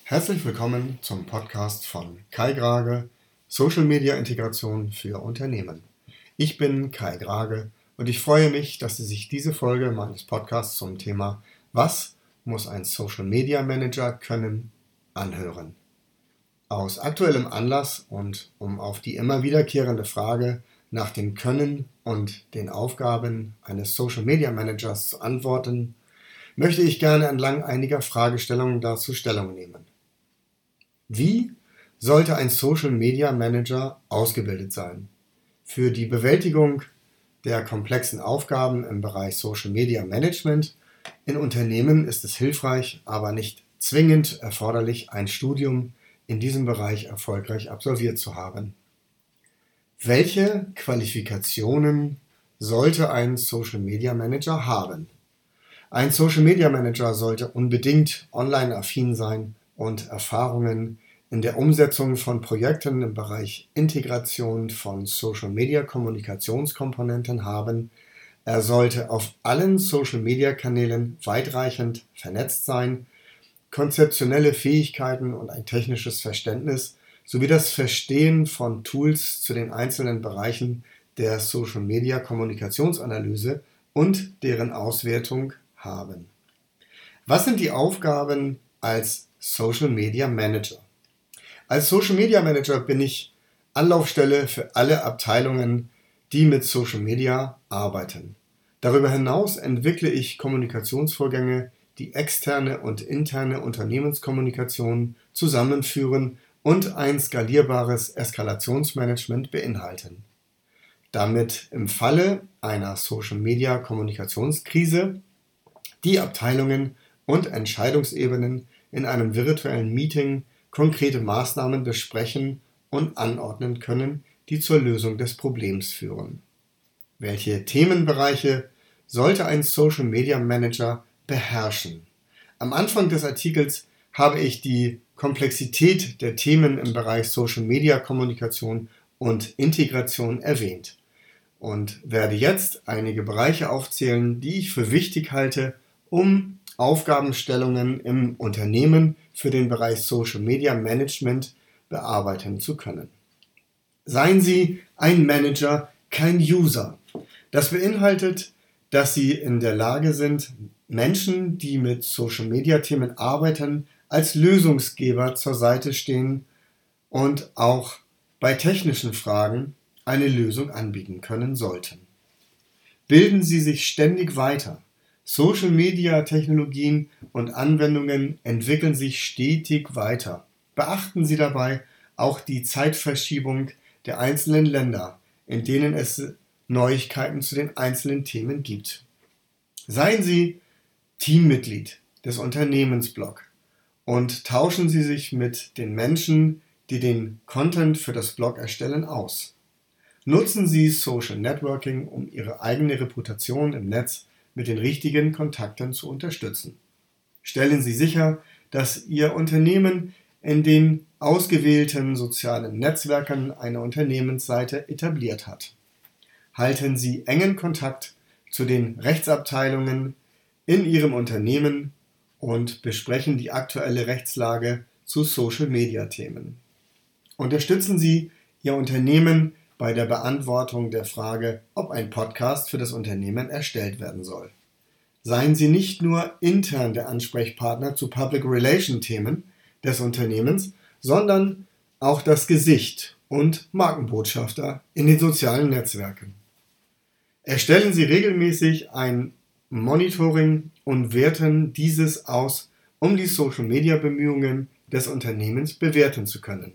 Herzlich willkommen zum Podcast von Kai Grage, Social Media Integration für Unternehmen. Ich bin Kai Grage und ich freue mich, dass Sie sich diese Folge meines Podcasts zum Thema "Was muss ein Social Media Manager können?" anhören. Aus aktuellem Anlass und um auf die immer wiederkehrende Frage nach dem Können und den Aufgaben eines Social Media Managers zu antworten, möchte ich gerne entlang einiger Fragestellungen dazu Stellung nehmen. Wie sollte ein Social Media Manager ausgebildet sein? Für die Bewältigung der komplexen Aufgaben im Bereich Social Media Management in Unternehmen ist es hilfreich, aber nicht zwingend erforderlich, ein Studium in diesem Bereich erfolgreich absolviert zu haben. Welche Qualifikationen sollte ein Social Media Manager haben? Ein Social Media Manager sollte unbedingt online-affin sein und Erfahrungen in der Umsetzung von Projekten im Bereich Integration von Social Media Kommunikationskomponenten haben. Er sollte auf allen Social Media Kanälen weitreichend vernetzt sein, konzeptionelle Fähigkeiten und ein technisches Verständnis sowie das Verstehen von Tools zu den einzelnen Bereichen der Social Media Kommunikationsanalyse und deren Auswertung haben. Was sind die Aufgaben als Social Media Manager? Als Social Media Manager bin ich Anlaufstelle für alle Abteilungen, die mit Social Media arbeiten. Darüber hinaus entwickle ich Kommunikationsvorgänge, die externe und interne Unternehmenskommunikation zusammenführen und ein skalierbares Eskalationsmanagement beinhalten. Damit im Falle einer Social Media Kommunikationskrise die Abteilungen und Entscheidungsebenen in einem virtuellen Meeting konkrete Maßnahmen besprechen und anordnen können, die zur Lösung des Problems führen. Welche Themenbereiche sollte ein Social Media Manager beherrschen? Am Anfang des Artikels habe ich die Komplexität der Themen im Bereich Social Media Kommunikation und Integration erwähnt und werde jetzt einige Bereiche aufzählen, die ich für wichtig halte, um Aufgabenstellungen im Unternehmen für den Bereich Social Media Management bearbeiten zu können. Seien Sie ein Manager, kein User. Das beinhaltet, dass Sie in der Lage sind, Menschen, die mit Social Media Themen arbeiten, als Lösungsgeber zur Seite stehen und auch bei technischen Fragen eine Lösung anbieten können sollten. Bilden Sie sich ständig weiter. Social Media Technologien und Anwendungen entwickeln sich stetig weiter. Beachten Sie dabei auch die Zeitverschiebung der einzelnen Länder, in denen es Neuigkeiten zu den einzelnen Themen gibt. Seien Sie Teammitglied des Unternehmensblog und tauschen Sie sich mit den Menschen, die den Content für das Blog erstellen, aus. Nutzen Sie Social Networking, um Ihre eigene Reputation im Netz mit den richtigen Kontakten zu unterstützen. Stellen Sie sicher, dass Ihr Unternehmen in den ausgewählten sozialen Netzwerken eine Unternehmensseite etabliert hat. Halten Sie engen Kontakt zu den Rechtsabteilungen in Ihrem Unternehmen und besprechen die aktuelle Rechtslage zu Social-Media-Themen. Unterstützen Sie Ihr Unternehmen bei der Beantwortung der Frage, ob ein Podcast für das Unternehmen erstellt werden soll. Seien Sie nicht nur intern der Ansprechpartner zu Public Relation Themen des Unternehmens, sondern auch das Gesicht und Markenbotschafter in den sozialen Netzwerken. Erstellen Sie regelmäßig ein Monitoring und werten dieses aus, um die Social-Media-Bemühungen des Unternehmens bewerten zu können.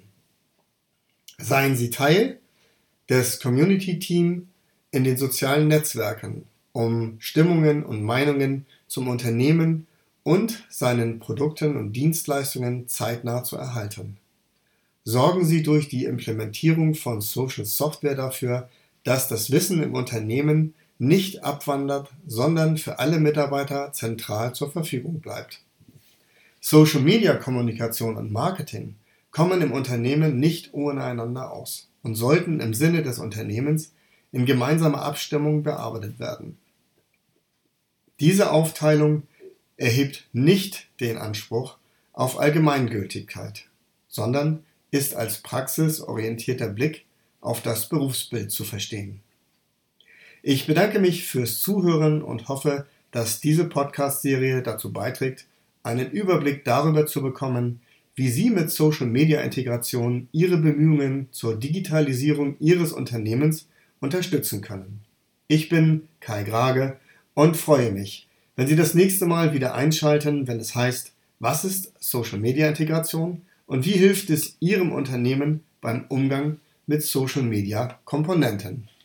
Seien Sie Teil des Community-Teams in den sozialen Netzwerken, um Stimmungen und Meinungen zum Unternehmen und seinen Produkten und Dienstleistungen zeitnah zu erhalten. Sorgen Sie durch die Implementierung von Social Software dafür, dass das Wissen im Unternehmen nicht abwandert, sondern für alle Mitarbeiter zentral zur Verfügung bleibt. Social Media Kommunikation und Marketing kommen im Unternehmen nicht ohne einander aus und sollten im Sinne des Unternehmens in gemeinsamer Abstimmung bearbeitet werden. Diese Aufteilung erhebt nicht den Anspruch auf Allgemeingültigkeit, sondern ist als praxisorientierter Blick auf das Berufsbild zu verstehen. Ich bedanke mich fürs Zuhören und hoffe, dass diese Podcast-Serie dazu beiträgt, einen Überblick darüber zu bekommen, wie Sie mit Social-Media-Integration Ihre Bemühungen zur Digitalisierung Ihres Unternehmens unterstützen können. Ich bin Kai Grage und freue mich, wenn Sie das nächste Mal wieder einschalten, wenn es heißt, was ist Social-Media-Integration und wie hilft es Ihrem Unternehmen beim Umgang mit Social-Media-Komponenten?